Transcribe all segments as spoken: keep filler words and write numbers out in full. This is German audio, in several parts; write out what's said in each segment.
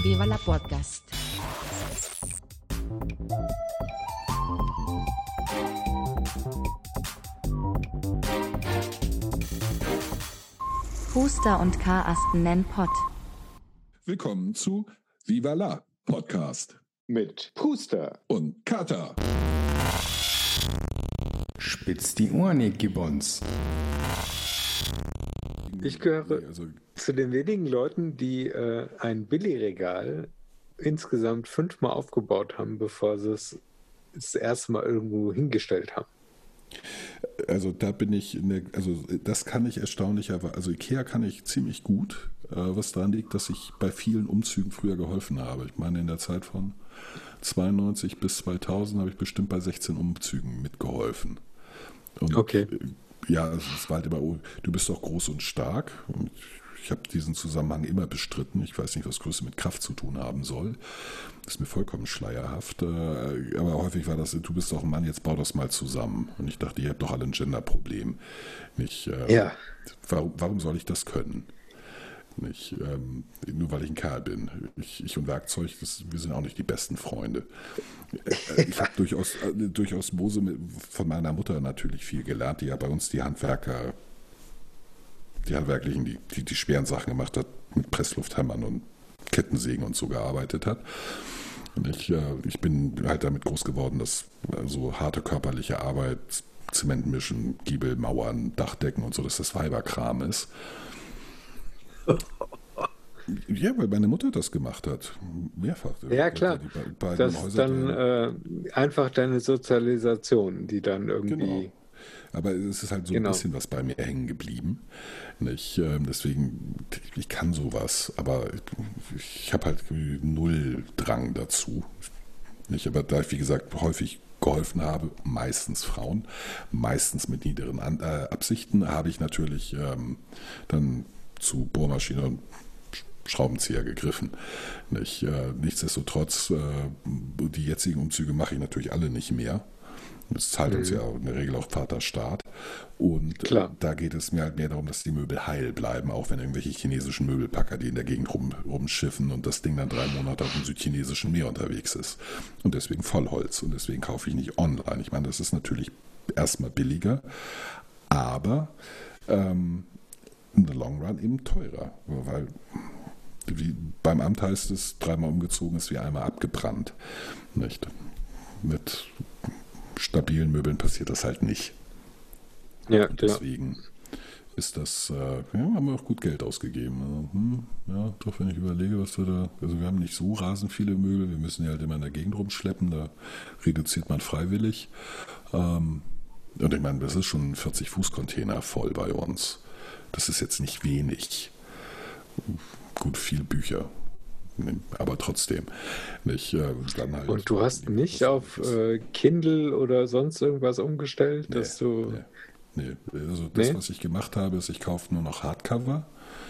Viva la Podcast. Puster und Karasten nennen Pott. Willkommen zu Viva la Podcast. Mit Puster und Kater. Spitz die Ohren, ihr Gibbons. Ich gehöre Also, zu den wenigen Leuten, die äh, ein Billigregal insgesamt fünfmal aufgebaut haben, bevor sie es das erste Mal irgendwo hingestellt haben. also da bin ich, in der, also das kann ich erstaunlicherweise, also Ikea kann ich ziemlich gut, äh, was daran liegt, dass ich bei vielen Umzügen früher geholfen habe. Ich meine, in der Zeit von zweiundneunzig bis zweitausend habe ich bestimmt bei sechzehn Umzügen mitgeholfen. Und Okay. äh, ja, also es war halt immer, oh, du bist doch groß und stark. Und ich habe diesen Zusammenhang immer bestritten. Ich weiß nicht, was Größe mit Kraft zu tun haben soll. Das ist mir vollkommen schleierhaft. Äh, Aber häufig war das, du bist doch ein Mann, jetzt bau das mal zusammen. Und ich dachte, ihr habt doch alle ein Genderproblem. Nicht, äh, Ja. warum, warum soll ich das können? Nicht, ähm, nur weil ich ein Kerl bin. Ich, ich und Werkzeug, das, wir sind auch nicht die besten Freunde. Äh, Ich habe durchaus, äh, durch Osmose mit- von meiner Mutter natürlich viel gelernt, die ja bei uns die Handwerker, die Handwerklichen, die, die, die schweren Sachen gemacht hat, mit Presslufthämmern und Kettensägen und so gearbeitet hat. Und ich, äh, ich bin halt damit groß geworden, dass äh, so harte körperliche Arbeit, Zement mischen, Giebel, Mauern, Dachdecken und so, dass das Weiberkram ist. Ja, weil meine Mutter das gemacht hat. Mehrfach. Ja, klar. Die be- beiden Das ist Häuser, dann die- äh, einfach deine Sozialisation, die dann irgendwie... Genau. Aber es ist halt so Genau. ein bisschen was bei mir hängen geblieben. Nicht? Ähm, Deswegen, ich kann sowas, aber ich habe halt null Drang dazu. Nicht? Aber da ich, wie gesagt, häufig geholfen habe, meistens Frauen, meistens mit niederen An äh, Absichten, habe ich natürlich ähm, dann zu Bohrmaschine und Schraubenzieher gegriffen. Nicht? Äh, nichtsdestotrotz, äh, die jetzigen Umzüge mache ich natürlich alle nicht mehr. Das zahlt uns Mhm. ja in der Regel auch Vaterstaat. Und Klar. äh, da geht es mir halt mehr darum, dass die Möbel heil bleiben, auch wenn irgendwelche chinesischen Möbelpacker, die in der Gegend rum, rumschiffen und das Ding dann drei Monate auf dem südchinesischen Meer unterwegs ist. Und deswegen Vollholz. Und deswegen kaufe ich nicht online. Ich meine, das ist natürlich erstmal billiger, aber ähm, in the long run eben teurer. Weil wie beim Amt heißt es, dreimal umgezogen ist wie einmal abgebrannt. Nicht? Mit stabilen Möbeln passiert das halt nicht. Ja, Und ja. deswegen ist das, äh, ja, haben wir auch gut Geld ausgegeben. Also, hm, ja, doch, wenn ich überlege, was wir da, also wir haben nicht so rasend viele Möbel, wir müssen ja halt immer in der Gegend rumschleppen, da reduziert man freiwillig. Ähm, und ich meine, das ist schon ein vierzig-Fuß-Container voll bei uns. Das ist jetzt nicht wenig. Gut, viel Bücher. Aber trotzdem. Nicht, äh, dann halt Und du hast nicht was auf Ähnliches. äh, Kindle oder sonst irgendwas umgestellt, Nee, dass du... Nee, nee. Also das, Nee? was ich gemacht habe, ist, ich kaufe nur noch Hardcover.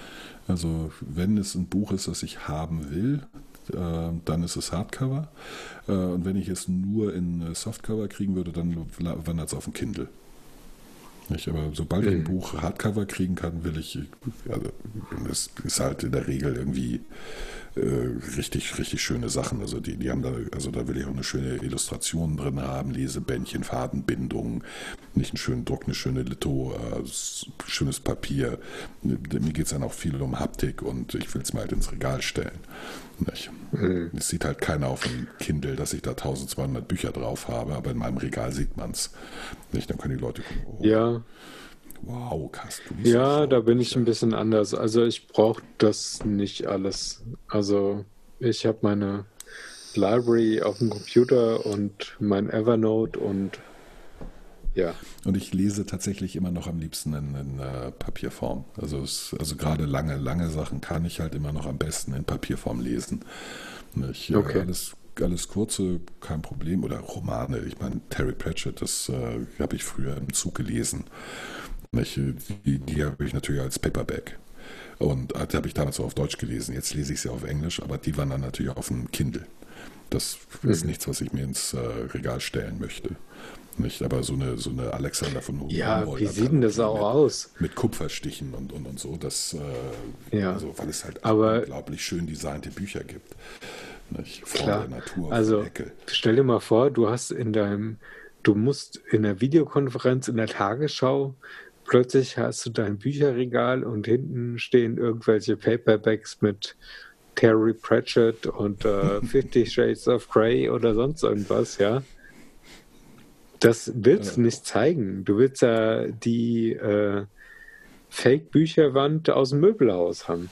Also wenn es ein Buch ist, das ich haben will, äh, dann ist es Hardcover. Äh, und wenn ich es nur in äh, Softcover kriegen würde, dann wandert es auf ein Kindle. Nicht? Aber sobald ich ein Mhm. Buch Hardcover kriegen kann, will ich, also das ist halt in der Regel irgendwie äh, richtig, richtig schöne Sachen. Also die, die haben da, also da will ich auch eine schöne Illustration drin haben, Lesebändchen, Fadenbindungen, nicht einen schönen Druck, eine schöne Litho, äh, s- schönes Papier. Mir geht es dann auch viel um Haptik und ich will es mir halt ins Regal stellen. Nicht? Mhm. Es sieht halt keiner auf dem Kindle, dass ich da zwölfhundert Bücher drauf habe, aber in meinem Regal sieht man es. Dann können die Leute gucken, oh, Ja, wow, Kass, du bist ja, so da bin ich schlau. ein bisschen anders. Also ich brauche das nicht alles. Also ich habe meine Library auf dem Computer und mein Evernote und ja, Und ich lese tatsächlich immer noch am liebsten in, in äh, Papierform. Also, es, also gerade lange, lange Sachen kann ich halt immer noch am besten in Papierform lesen. Ich, Okay. äh, alles, alles kurze, kein Problem. Oder Romane. Ich meine, Terry Pratchett, das äh, habe ich früher im Zug gelesen. Nicht? Die, die habe ich natürlich als Paperback. Und äh, die habe ich damals auch auf Deutsch gelesen. Jetzt lese ich sie auf Englisch, aber die waren dann natürlich auf dem Kindle. Das ist Mhm. nichts, was ich mir ins äh, Regal stellen möchte. Nicht, aber so eine, so eine Alexander von Ja, Humboldt. wie sieht denn das auch mit, aus? Mit Kupferstichen und, und, und so, das, äh, Ja, also, weil es halt aber unglaublich schön designte Bücher gibt. Nicht? Form klar, der Natur also von Heckel. stell dir mal vor, du hast in deinem, du musst in der Videokonferenz in der Tagesschau, plötzlich hast du dein Bücherregal und hinten stehen irgendwelche Paperbacks mit Terry Pratchett und äh, Fifty Shades of Grey oder sonst irgendwas, ja. Das willst du nicht zeigen. Du willst ja die äh, Fake-Bücherwand aus dem Möbelhaus haben.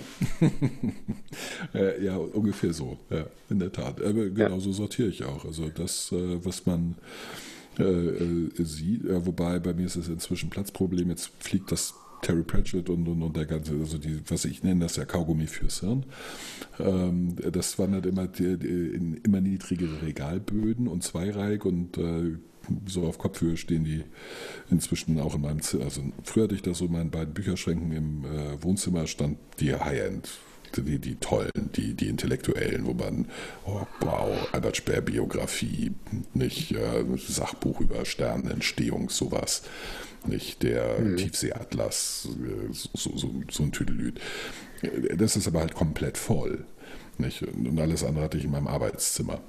äh, ja, ungefähr so, ja, in der Tat. Aber genauso ja. sortiere ich auch. Also das, äh, was man äh, äh, sieht, äh, wobei bei mir ist es inzwischen Platzproblem. Jetzt fliegt das Terry Pratchett und, und, und der ganze, also die, was ich nenne, das ja Kaugummi fürs Hirn. Ähm, das wandert immer die, die, in immer niedrigere Regalböden und zweireihig und äh, so auf Kopfhöhe stehen die inzwischen auch in meinem Zimmer. Also früher hatte ich das so in meinen beiden Bücherschränken im äh, Wohnzimmer stand die High-End, die, die tollen, die, die intellektuellen, wo man, oh wow, Albert Speer Biografie, nicht äh, Sachbuch über Sternenentstehung, sowas. Nicht der mhm. Tiefseeatlas, so, so, so ein Tüdelüt. Das ist aber halt komplett voll. Nicht? Und alles andere hatte ich in meinem Arbeitszimmer.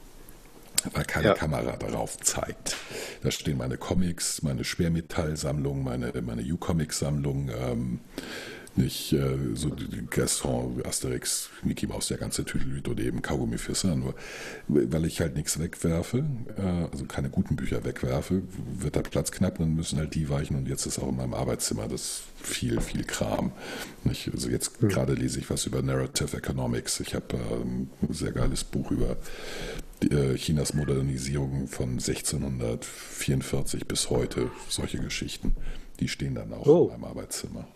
Weil keine ja. Kamera darauf zeigt. Da stehen meine Comics, meine Schwermetallsammlung, meine, meine U-Comic-Sammlung, ähm, nicht äh, so die Gaston, Asterix, Mickey Mouse, der ganze Tüdelüt oder eben Kaugummi fürs Hirn. Nur weil ich halt nichts wegwerfe, äh, also keine guten Bücher wegwerfe, wird der Platz knapp, dann müssen halt die weichen und jetzt ist auch in meinem Arbeitszimmer das viel, viel Kram. Nicht? Also jetzt mhm. gerade lese ich was über Narrative Economics. Ich habe äh, ein sehr geiles Buch über die, äh, Chinas Modernisierung von sechzehnhundertvierundvierzig bis heute, solche Geschichten. Die stehen dann auch oh. in meinem Arbeitszimmer.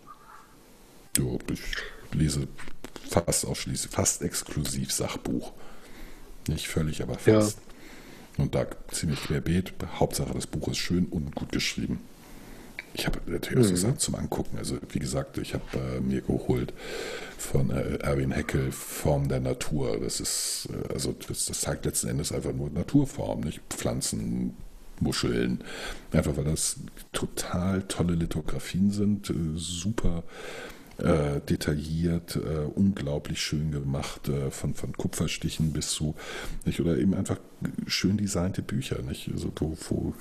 Jo, ich lese fast ausschließlich, fast exklusiv Sachbuch. Nicht völlig, aber fast. Ja. Und da ziemlich querbeet. Hauptsache, das Buch ist schön und gut geschrieben. Ich habe natürlich mhm. so Sachen zum Angucken. Also, wie gesagt, ich habe äh, mir geholt von äh, Erwin Heckel Form der Natur. Das ist, äh, also, das, das zeigt letzten Endes einfach nur Naturform, nicht Pflanzen, Muscheln. Einfach weil das total tolle Lithografien sind, äh, super Äh, detailliert, äh, unglaublich schön gemacht, äh, von, von Kupferstichen bis zu, nicht, oder eben einfach schön designte Bücher, nicht, also wo, wo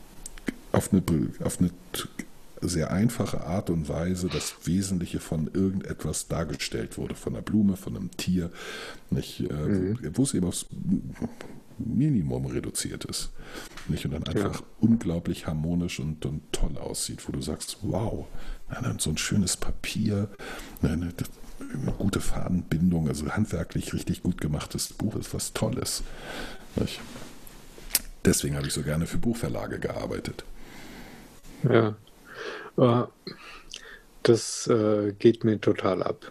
auf eine, auf eine sehr einfache Art und Weise das Wesentliche von irgendetwas dargestellt wurde, von einer Blume, von einem Tier, nicht, äh, mhm. wo, wo es eben aufs Minimum reduziert ist. Nicht? Und dann einfach ja. unglaublich harmonisch und, und toll aussieht, wo du sagst, wow, so ein schönes Papier, eine, eine, eine gute Fadenbindung, also handwerklich richtig gut gemachtes Buch ist was Tolles. Nicht? Deswegen habe ich so gerne für Buchverlage gearbeitet. Ja, das äh, geht mir total ab.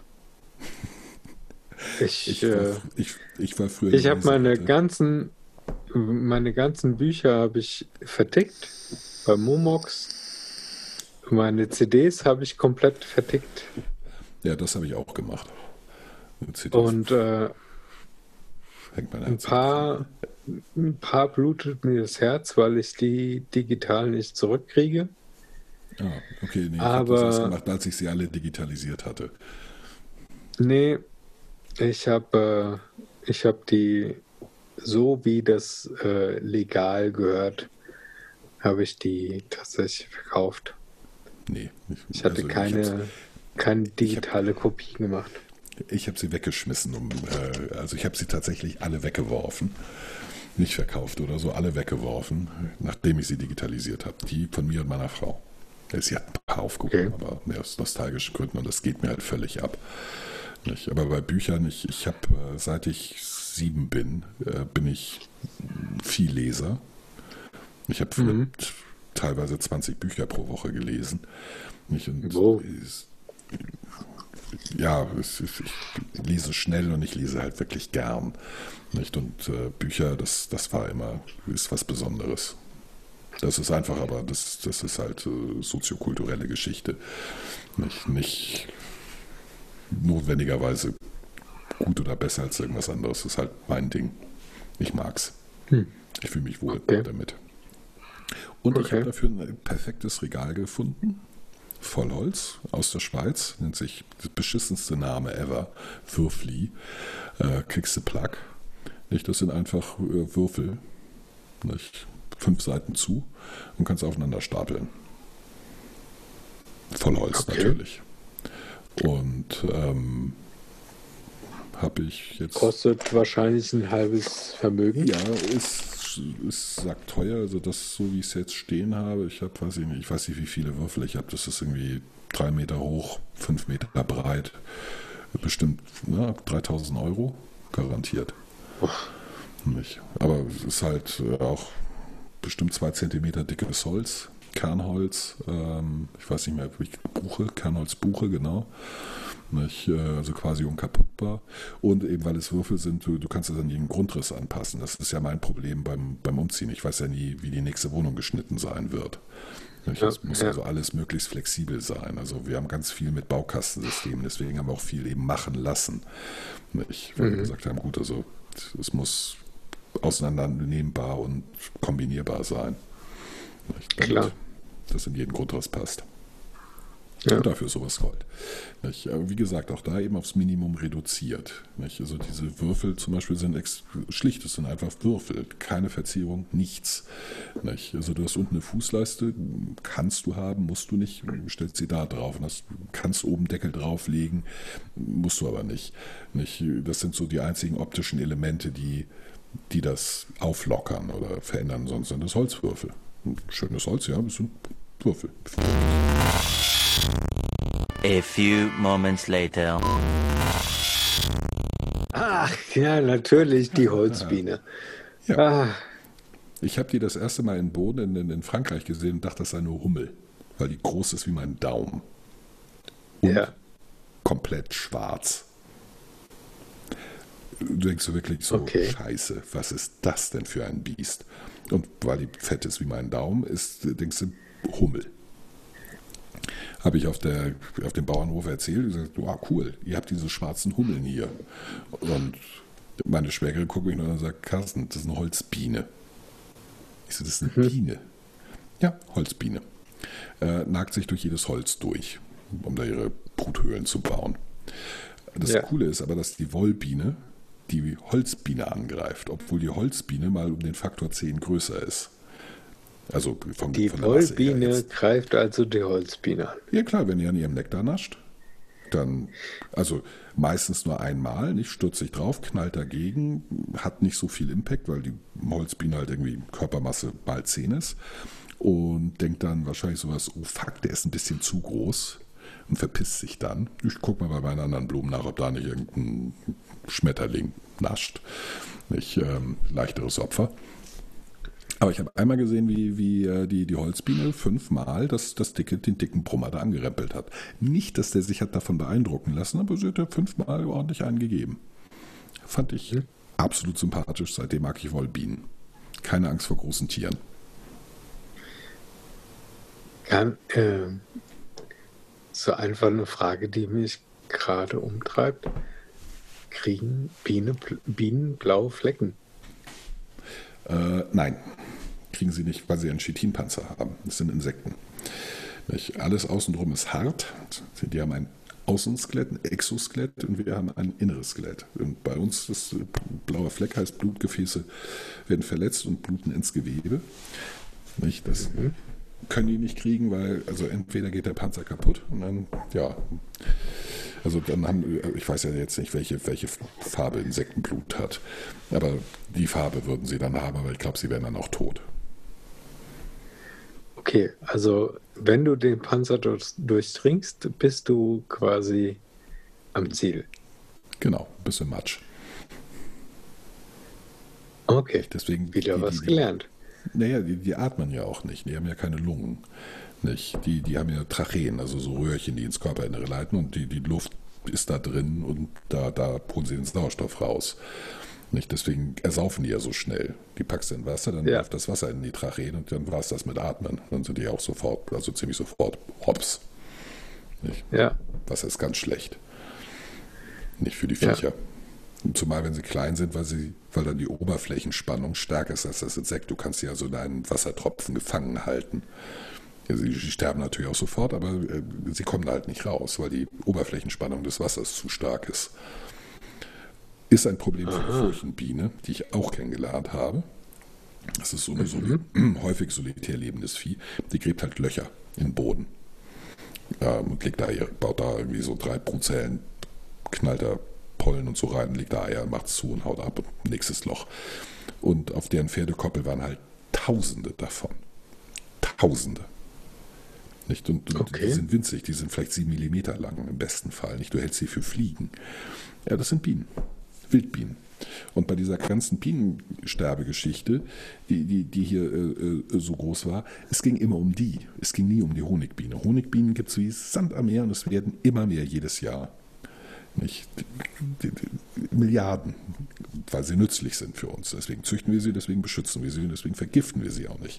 Ich, ich, war, äh, ich, ich war früher. Ich habe meine ganzen, meine ganzen Bücher habe ich vertickt bei Momox. Meine C Ds habe ich komplett vertickt. Ja, das habe ich auch gemacht. Und äh, ein paar, ein paar blutet mir das Herz, weil ich die digital nicht zurückkriege. Ah, okay, nee, ich Aber, habe das erst gemacht, als ich sie alle digitalisiert hatte. Nee, ich habe äh, ich habe die, so wie das äh, legal gehört, habe ich die tatsächlich verkauft. Nee. Ich, ich hatte also keine, ich keine digitale hab, Kopie gemacht. Ich habe sie weggeschmissen. Um, äh, also ich habe sie tatsächlich alle weggeworfen. Nicht verkauft oder so, alle weggeworfen, nachdem ich sie digitalisiert habe. Die von mir und meiner Frau. Sie hat ein paar aufgehoben, okay. aber mehr aus nostalgischen Gründen und das geht mir halt völlig ab. Nicht? Aber bei Büchern, ich, ich habe, äh, seit ich sieben bin, äh, bin ich viel Leser. Ich habe mhm. teilweise zwanzig Bücher pro Woche gelesen. Nicht? Und wow. es, ja, es, ich lese schnell und ich lese halt wirklich gern. Nicht? Und äh, Bücher, das, das war immer, ist was Besonderes. Das ist einfach, aber das, das ist halt äh, soziokulturelle Geschichte. Nicht, nicht notwendigerweise gut oder besser als irgendwas anderes. Das ist halt mein Ding. Ich mag's. Hm. Ich fühle mich wohl okay. damit. Und ich Okay. habe dafür ein perfektes Regal gefunden. Vollholz aus der Schweiz. Nennt sich das beschissenste Name ever. Würfli. Äh, kriegst du Plug. Nicht? Das sind einfach äh, Würfel. Nicht? Fünf Seiten zu und kannst aufeinander stapeln. Vollholz Okay. natürlich. Und ähm, habe ich jetzt. Kostet wahrscheinlich ein halbes Vermögen. Ja, ist, ist sagt teuer, also das, so wie ich es jetzt stehen habe, ich habe, weiß ich nicht, ich weiß nicht, wie viele Würfel ich habe, das ist irgendwie drei Meter hoch, fünf Meter breit, bestimmt ne, dreitausend Euro, garantiert. Nicht. Aber es ist halt äh, auch bestimmt zwei Zentimeter dickes Holz, Kernholz, ähm, ich weiß nicht mehr, wie Buche, Kernholzbuche, genau. Nicht, äh, also quasi unkaputtbar. Und eben weil es Würfel sind, du, du kannst es an jeden Grundriss anpassen. Das ist ja mein Problem beim, beim Umziehen. Ich weiß ja nie, wie die nächste Wohnung geschnitten sein wird. Nicht? Ja, Es muss ja. also alles möglichst flexibel sein. Also wir haben ganz viel mit Baukastensystemen, deswegen haben wir auch viel eben machen lassen. Nicht? Weil wir Mhm. gesagt haben, gut, also es muss auseinandernehmbar und kombinierbar sein. Nicht? Damit Klar. das in jeden Grundriss passt. Ja. Und dafür ist sowas Gold. Nicht? Aber wie gesagt, auch da eben aufs Minimum reduziert. Nicht? Also diese Würfel zum Beispiel sind ex schlicht, es sind einfach Würfel, keine Verzierung, nichts. Nicht? Also du hast unten eine Fußleiste, kannst du haben, musst du nicht, stellst sie da drauf und hast, kannst oben Deckel drauflegen, musst du aber nicht. Nicht? Das sind so die einzigen optischen Elemente, die, die das auflockern oder verändern, sonst sind das Holzwürfel. Schönes Holz, ja, das sind Würfel. A few moments later. Ach, ja, natürlich, die Holzbiene. Ja. Ah, Ich habe die das erste Mal in Boden in, in Frankreich gesehen und dachte, das sei nur Hummel, weil die groß ist wie mein Daumen. Und ja. komplett schwarz. Du denkst so wirklich so, Okay. Scheiße, was ist das denn für ein Biest? Und weil die fett ist wie mein Daumen, ist, denkst du, Hummel. Habe ich auf, der, auf dem Bauernhof erzählt und gesagt, wow, cool, ihr habt diese schwarzen Hummeln hier. Und meine Schwägerin guckt mich nur an und sagt, Carsten, das ist eine Holzbiene. Ich so, das ist eine Biene. Ja, Holzbiene. Äh, nagt sich durch jedes Holz durch, um da ihre Bruthöhlen zu bauen. Das Ja. Coole ist aber, dass die Wollbiene die Holzbiene angreift, obwohl die Holzbiene mal um den Faktor zehn größer ist. Also vom, Die von der Masse her Wollbiene jetzt. greift also die Holzbiene an. Ja klar, wenn ihr an ihrem Nektar nascht, dann, also meistens nur einmal, nicht stürzt sich drauf, knallt dagegen, hat nicht so viel Impact, weil die Holzbiene halt irgendwie Körpermasse mal zehn ist und denkt dann wahrscheinlich sowas, oh fuck, der ist ein bisschen zu groß und verpisst sich dann. Ich gucke mal bei meinen anderen Blumen nach, ob da nicht irgendein Schmetterling nascht. Nicht ähm, leichteres Opfer. Aber ich habe einmal gesehen, wie, wie äh, die, die Holzbiene fünfmal das, das dicke, den dicken Brummer da angerempelt hat. Nicht, dass der sich hat davon beeindrucken lassen, aber sie hat ja fünfmal ordentlich einen gegeben. Fand ich Mhm. absolut sympathisch. Seitdem mag ich Wollbienen. Keine Angst vor großen Tieren. Kann, äh, so einfach eine Frage, die mich gerade umtreibt. Kriegen Biene, Bienen blaue Flecken? Äh, nein, kriegen sie nicht, weil sie einen Chitinpanzer haben. Das sind Insekten. Nicht? Alles außenrum ist hart. Die haben ein Außenskelett, ein Exoskelett und wir haben ein inneres Skelett. Und bei uns ist äh, blauer Fleck heißt, Blutgefäße werden verletzt und bluten ins Gewebe. Nicht? Das können die nicht kriegen, weil also entweder geht der Panzer kaputt und dann, ja, also dann haben, ich weiß ja jetzt nicht, welche, welche Farbe Insektenblut hat, aber die Farbe würden sie dann haben, aber ich glaube, sie wären dann auch tot. Okay, also wenn du den Panzer durch, durchdringst, bist du quasi am Ziel. Genau, ein bisschen Matsch. Okay, Deswegen wieder die, was die, die, gelernt. Naja, die, die atmen ja auch nicht. Die haben ja keine Lungen. Nicht? Die, die haben ja Tracheen, also so Röhrchen, die ins Körperinnere leiten und die, die Luft ist da drin und da, da holen sie den Sauerstoff raus. Nicht? Deswegen ersaufen die ja so schnell. Die packst du in Wasser, dann Ja. läuft das Wasser in die Tracheen und dann war es das mit Atmen. Dann sind die auch sofort, also ziemlich sofort hops. Nicht? Ja, Wasser ist ganz schlecht. Nicht für die Ja. Viecher. Zumal wenn sie klein sind, weil, sie, weil dann die Oberflächenspannung stärker ist als das Insekt. Du kannst sie also in einen Wassertropfen gefangen halten. Ja, sie, sie sterben natürlich auch sofort, aber äh, sie kommen halt nicht raus, weil die Oberflächenspannung des Wassers zu stark ist. Ist ein Problem für die Furchenbiene, die ich auch kennengelernt habe. Das ist so ein soli- häufig solitär lebendes Vieh. Die gräbt halt Löcher in den Boden. Ähm, und legt da Eier, baut da irgendwie so drei Brutzellen, knallt da Pollen und so rein, legt da Eier, macht zu und haut ab und nächstes Loch. Und auf deren Pferdekoppel waren halt Tausende davon. Tausende. Nicht? Und, und Okay. die sind winzig, die sind vielleicht sieben Millimeter lang im besten Fall. Nicht? Du hältst sie für Fliegen. Ja, das sind Bienen. Wildbienen. Und bei dieser ganzen Bienensterbegeschichte, die, die, die hier äh, so groß war, es ging immer um die. Es ging nie um die Honigbiene. Honigbienen gibt es wie Sand am Meer und es werden immer mehr jedes Jahr. Nicht? Die, die, die, Milliarden, weil sie nützlich sind für uns. Deswegen züchten wir sie, deswegen beschützen wir sie und deswegen vergiften wir sie auch nicht.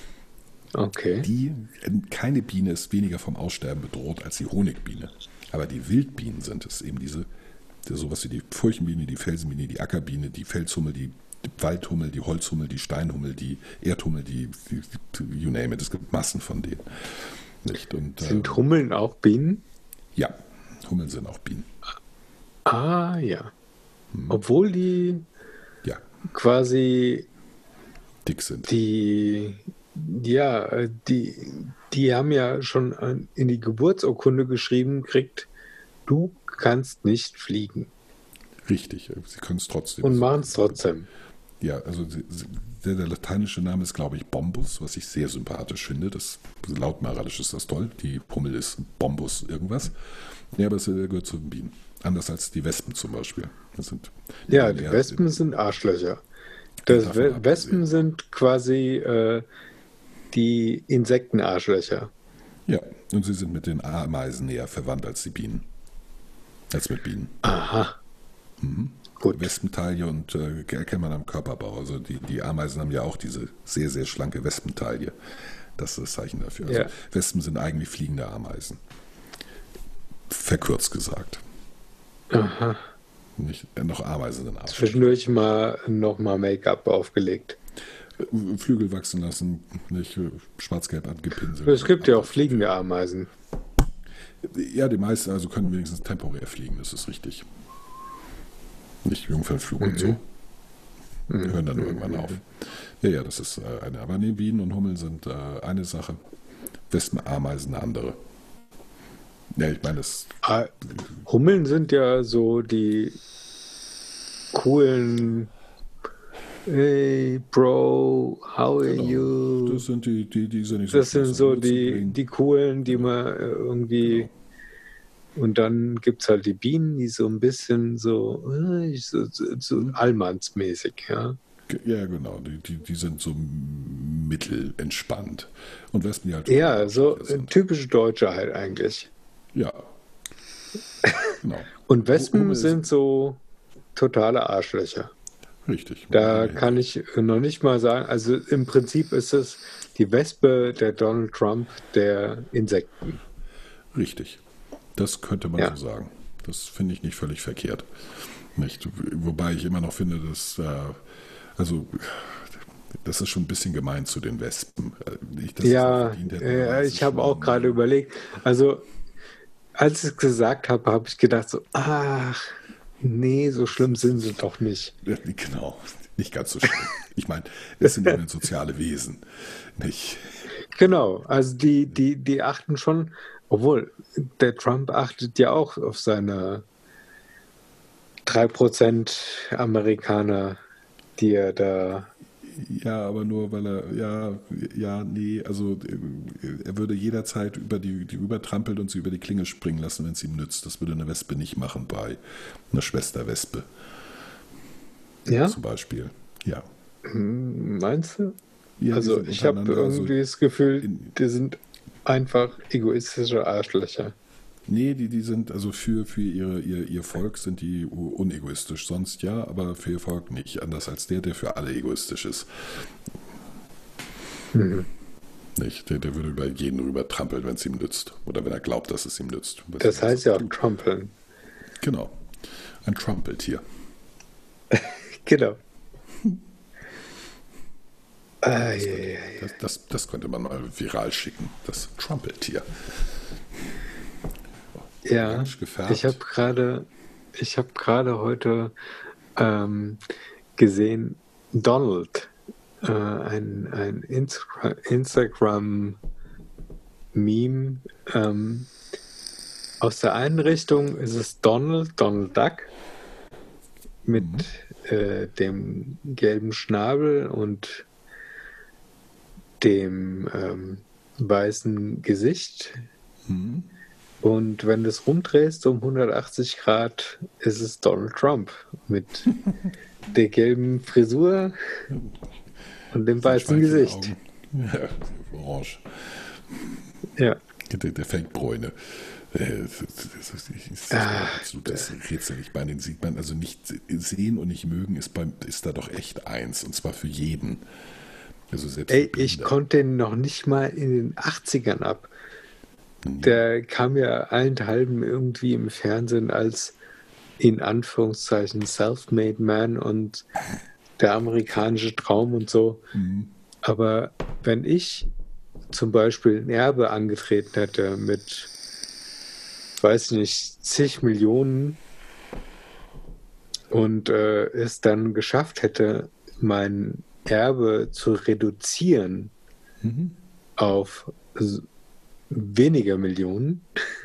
Okay. Die, keine Biene ist weniger vom Aussterben bedroht als die Honigbiene. Aber die Wildbienen sind es eben diese, sowas wie die Furchenbiene, die Felsenbiene, die Ackerbiene, die Felshummel, die Waldhummel, die Holzhummel, die Steinhummel, die Erdhummel, die, die, die you name it, es gibt Massen von denen. Nicht? Und, Sind äh, Hummeln auch Bienen? ja, Hummeln sind auch Bienen. Ah, ja. Obwohl die Ja, quasi dick sind. die, ja, äh, die, die haben ja schon an- in die Geburtsurkunde geschrieben, kriegt, du kannst nicht fliegen Richtig, sie können es trotzdem. und machen es trotzdem. Ja, also sie- sie- der, der lateinische Name ist, glaube ich, Bombus, was ich sehr sympathisch finde. Das, laut Maralisch ist das toll. Die Hummel ist Bombus irgendwas. Ja, aber es äh, gehört zu den Bienen. Anders als die Wespen zum Beispiel. Das sind, Ja, werden die eher- Wespen sind Arschlöcher. Das Davon We- abgesehen. Wespen sind quasi äh, die Insektenarschlöcher. Ja, und sie sind mit den Ameisen näher verwandt als die Bienen. Als mit Bienen. Aha. Gut. Wespentaille und äh, erkennt man am Körperbau. Also die, die Ameisen haben ja auch diese sehr, sehr schlanke Wespentaille. Das ist das Zeichen dafür. Also Ja. Wespen sind eigentlich fliegende Ameisen. Verkürzt gesagt. Aha. Nicht, äh, noch Ameisen sind Arsch. Zwischendurch mal nochmal Make-up aufgelegt. Flügel wachsen lassen, nicht äh, schwarz-gelb angepinselt. Es gibt ja auch fliegende Ameisen. Ja, die meisten also können wenigstens temporär fliegen, das ist richtig. Nicht Jungfernflug und so. Hören dann irgendwann auf. Ja, ja, das ist äh, eine. Aber nee, Bienen und Hummeln sind äh, eine Sache. Wespen, Ameisen eine andere. Ja, ich meine, das. Ah, Hummeln sind ja so die coolen Hey, Bro, how are you? Das sind die, die, die sind nicht Das schwer sind so zu die, bringen. die coolen, die man äh, irgendwie. Und dann gibt es halt die Bienen, die so ein bisschen so, äh, so, so, so Allmannsmäßig, ja. Ja, genau. Die, die, die sind so mittelentspannt. Und Wespen, die halt. Ja, so sind. typische Deutsche halt eigentlich. Ja. Genau. Und Wespen Hummel ist- sind so totale Arschlöcher. Richtig. Da Ja. kann ich noch nicht mal sagen, also im Prinzip ist es die Wespe der Donald Trump der Insekten. Richtig. Das könnte man Ja. so sagen. Das finde ich nicht völlig verkehrt. Nicht? Wobei ich immer noch finde, dass, äh, also, das ist schon ein bisschen gemein zu den Wespen. Äh, Nicht, dass sie es Ja, nicht verdient hätten, äh, aber es ich ist habe schon- auch gerade überlegt, also als ich es gesagt habe, habe ich gedacht so, ach, nee, so schlimm sind sie doch nicht. Ja, genau, nicht ganz so schlimm. Ich meine, es sind eben soziale Wesen. Nicht? Genau, also die, die, die achten schon, obwohl der Trump achtet ja auch auf seine drei Prozent Amerikaner, die er da. Ja, aber nur weil er, ja, ja, nee, also äh, er würde jederzeit über die, die rübertrampeln und sie über die Klinge springen lassen, wenn es ihm nützt. Das würde eine Wespe nicht machen bei einer Schwesterwespe Ja, zum Beispiel. Ja. meinst du? Ja, die Also sind ich habe untereinander, also- irgendwie das Gefühl, in- die sind einfach egoistische Arschlöcher. Nee, die, die sind also für, für ihre, ihr, ihr Volk sind die unegoistisch. Sonst ja, aber für ihr Volk nicht. Anders als der, der für alle egoistisch ist. Nicht? Der, der würde über jeden rüber trampeln, wenn es ihm nützt. Oder wenn er glaubt, dass es ihm nützt. Was Das er heißt ja auch tut. Trumpeln. Genau. Ein Trumpeltier. Genau. Ah, Das ja, könnte, ja, ja. das, das, das könnte man mal viral schicken, das Trumpeltier. Ja, Orange gefärbt. ich habe gerade, ich habe gerade heute ähm, gesehen, Donald, äh, ein, ein Insta- Instagram-Meme. Ähm, aus der einen Richtung ist es Donald, Donald Duck mit äh, dem gelben Schnabel und dem ähm, weißen Gesicht. Mhm. Und wenn du es rumdrehst um hundertachtzig Grad, ist es Donald Trump mit der gelben Frisur und dem weißen Gesicht. Augen. Ja, orange. Ja. Der, der Fake-Bräune. Äh, Das, das, das, das ist Ah, ein absolutes Rätsel. Ich meine, den sieht man, also nicht sehen und nicht mögen ist, beim, ist da doch echt eins. Und zwar für jeden. Also selbst Ey, für ich Blinde. konnte den noch nicht mal in den achtzigern ab. Mhm. Der kam ja allenthalben irgendwie im Fernsehen als in Anführungszeichen Self-Made Man und der amerikanische Traum und so. Mhm. Aber wenn ich zum Beispiel ein Erbe angetreten hätte mit, weiß ich nicht, zig Millionen und äh, es dann geschafft hätte, mein Erbe zu reduzieren Mhm. auf s- weniger Millionen,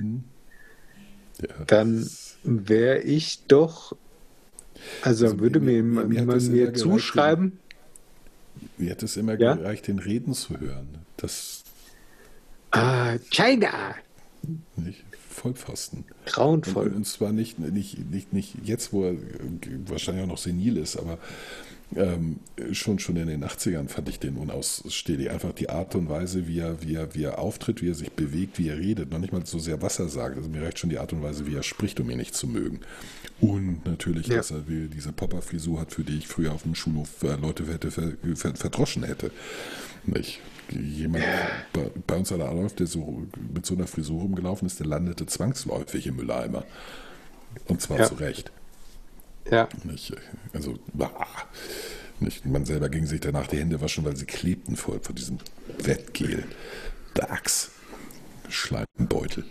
Ja, dann das- wäre ich doch, also, Also würde mir- mir, mir- mir hat man das immer mir gereicht, zuschreiben, Mir hat es immer Ja? gereicht, den Reden zu hören. Das ah, China, nicht Vollpfosten. Und, grauenvoll. und zwar nicht, nicht, nicht, nicht jetzt, wo er wahrscheinlich auch noch senil ist, aber ähm, schon, schon in den achtzigern fand ich den unausstehlich. Einfach die Art und Weise, wie er, wie, er, wie er auftritt, wie er sich bewegt, wie er redet. Noch nicht mal so sehr, was er sagt. Also mir reicht schon die Art und Weise, wie er spricht, um ihn nicht zu mögen. Und natürlich, Ja. dass er wie diese Popper-Frisur hat, für die ich früher auf dem Schulhof äh, Leute hätte ver, ver, verdroschen hätte. Nicht? Jemand bei, bei uns an der Adolf, der so mit so einer Frisur rumgelaufen ist, der landete zwangsläufig im Mülleimer. Und zwar Ja. zu Recht. Ja, Nicht, also, bah, nicht, man selber ging sich danach die Hände waschen, weil sie klebten vor, vor diesem Wettgel. Dachs. Schleimbeutel.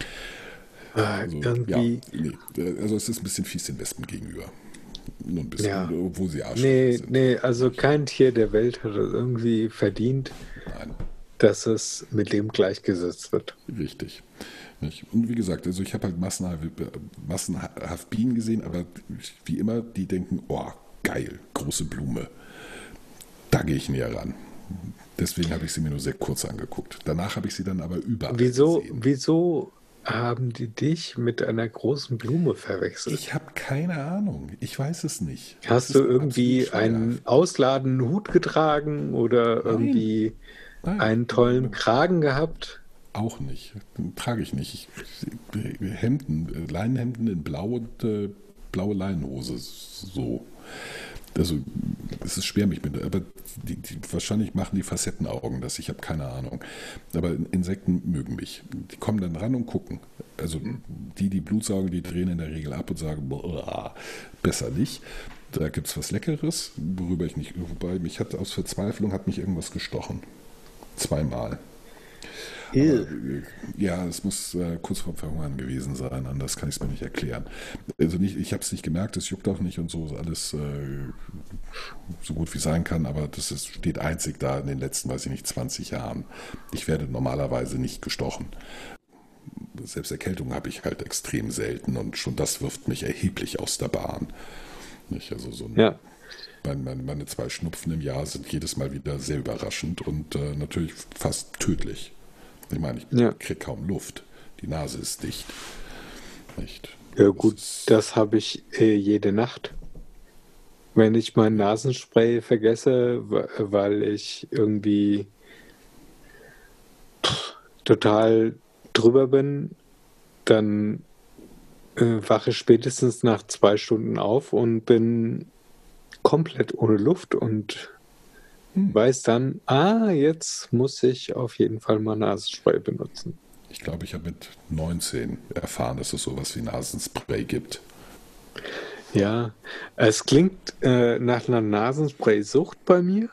ah, Also, irgendwie, ja, nee, also es ist ein bisschen fies den Wespen gegenüber. Nur ein bisschen, Ja. obwohl sie Arschlöcher nee, sind. nee, also kein Tier der Welt hat es irgendwie verdient, Nein. dass es mit dem gleichgesetzt wird. Richtig. Nicht? Und wie gesagt, also ich habe halt massenhaft, massenhaft Bienen gesehen, aber wie immer, die denken, oh, geil, große Blume. Da gehe ich näher ran. Deswegen habe ich sie mir nur sehr kurz angeguckt. Danach habe ich sie dann aber überall Wieso, gesehen. wieso haben die dich mit einer großen Blume verwechselt? Ich habe keine Ahnung. Ich weiß es nicht. Hast Es du ist irgendwie absolut einen schleierhaft. ausladenden Hut getragen oder Nein. irgendwie Nein. einen tollen Kragen gehabt? Auch nicht. Trage ich nicht. Ich, Hemden, Leinenhemden in blau und äh, blaue Leinenhose. So. Also es ist schwer, mich mit, aber die, die, wahrscheinlich machen die Facettenaugen das, ich habe keine Ahnung. Aber Insekten mögen mich. Die kommen dann ran und gucken. Also die, die Blut saugen, die drehen in der Regel ab und sagen, boah, besser nicht. Da gibt es was Leckeres, worüber ich nicht, wobei mich hat aus Verzweiflung hat mich irgendwas gestochen. Zweimal. Aber, äh, ja, es muss äh, kurz vorm Verhungern gewesen sein, anders kann ich es mir nicht erklären. Also nicht, ich habe es nicht gemerkt, es juckt auch nicht und so, ist alles äh, so gut wie sein kann, aber das ist, steht einzig da in den letzten, weiß ich nicht, zwanzig Jahren. Ich werde normalerweise nicht gestochen. Selbst Erkältung habe ich halt extrem selten und schon das wirft mich erheblich aus der Bahn. Nicht? Also so ein, Ja. meine, meine zwei Schnupfen im Jahr sind jedes Mal wieder sehr überraschend und äh, natürlich fast tödlich. Ich meine, ich Ja. kriege kaum Luft. Die Nase ist dicht. Nicht? Ja gut, Das das habe ich äh, jede Nacht. Wenn ich mein Nasenspray vergesse, wa- weil ich irgendwie total drüber bin, dann äh, wache ich spätestens nach zwei Stunden auf und bin komplett ohne Luft und Hm. weiß dann, ah, jetzt muss ich auf jeden Fall mal Nasenspray benutzen. ich glaube, ich habe mit neunzehn erfahren, dass es sowas wie Nasenspray gibt. Ja, es klingt äh, nach einer Nasenspray-Sucht bei mir.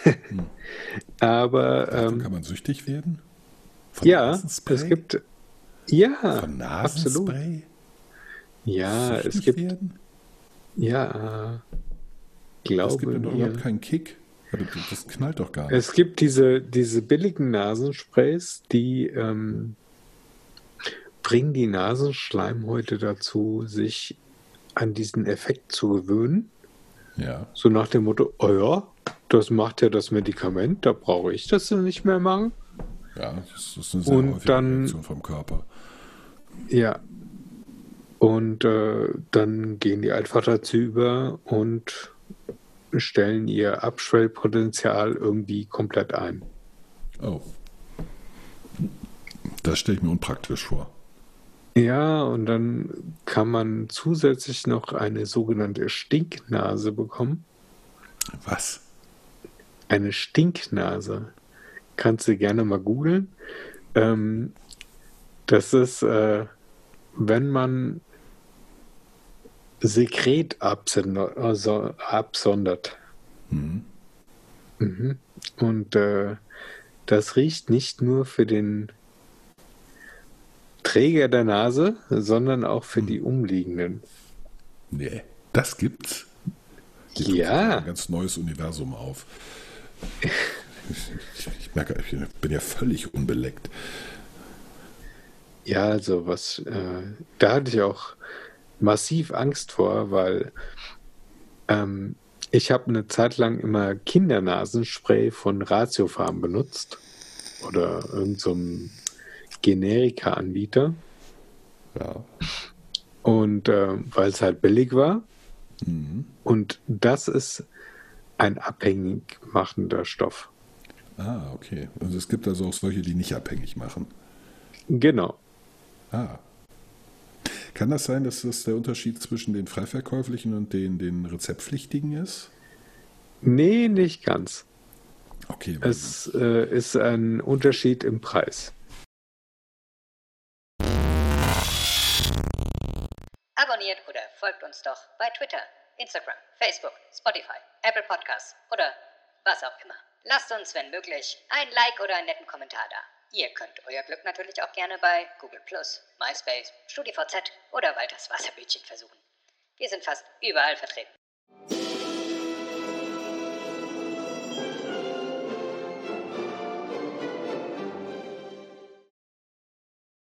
Aber Davon ähm, kann man süchtig werden? Von ja, Nasenspray? es gibt, ja, Von absolut. Nasenspray? Ja, es Süchtig gibt, werden? ja, Das gibt glaube mir doch überhaupt mir. keinen Kick. Aber das knallt doch gar nicht. Es gibt diese, diese billigen Nasensprays, die ähm, bringen die Nasenschleimhäute dazu, sich an diesen Effekt zu gewöhnen. Ja. So nach dem Motto, oh ja, das macht ja das Medikament, da brauche ich das dann nicht mehr machen. Ja, das ist eine sehr Und häufige dann, Reaktion vom Körper. ja, und äh, dann gehen die einfach dazu über und stellen ihr Abschwellpotenzial irgendwie komplett ein. Oh. Das stelle ich mir unpraktisch vor. Ja, und dann kann man zusätzlich noch eine sogenannte Stinknase bekommen. Was? Eine Stinknase. Kannst du gerne mal googeln. Ähm, das ist, äh, wenn man Sekret absonder, also absondert. Hm. Mhm. Und äh, das riecht nicht nur für den Träger der Nase, sondern auch für die Umliegenden. Nee, das gibt's. Hier tut sich Ja, ein ganz neues Universum auf. Ich, ich merke, ich bin ja völlig unbeleckt. ja, also was, äh, da hatte ich auch massiv Angst vor, weil ähm, ich habe eine Zeit lang immer Kindernasenspray von Ratiofarm benutzt oder irgendeinem so einem Generika-Anbieter. Ja. Und äh, weil es halt billig war. Mhm. Und das ist ein abhängig machender Stoff. Ah, okay. Also es gibt also auch solche, die nicht abhängig machen. Genau. Ah. Kann das sein, dass das der Unterschied zwischen den freiverkäuflichen und den, den rezeptpflichtigen ist? Nee, nicht ganz. Okay, weil Es äh, ist ein Unterschied im Preis. Abonniert oder folgt uns doch bei Twitter, Instagram, Facebook, Spotify, Apple Podcasts oder was auch immer. Lasst uns, wenn möglich, ein Like oder einen netten Kommentar da. Ihr könnt euer Glück natürlich auch gerne bei Google Plus, MySpace, StudiVZ oder Walters Wasserbildchen versuchen. Wir sind fast überall vertreten.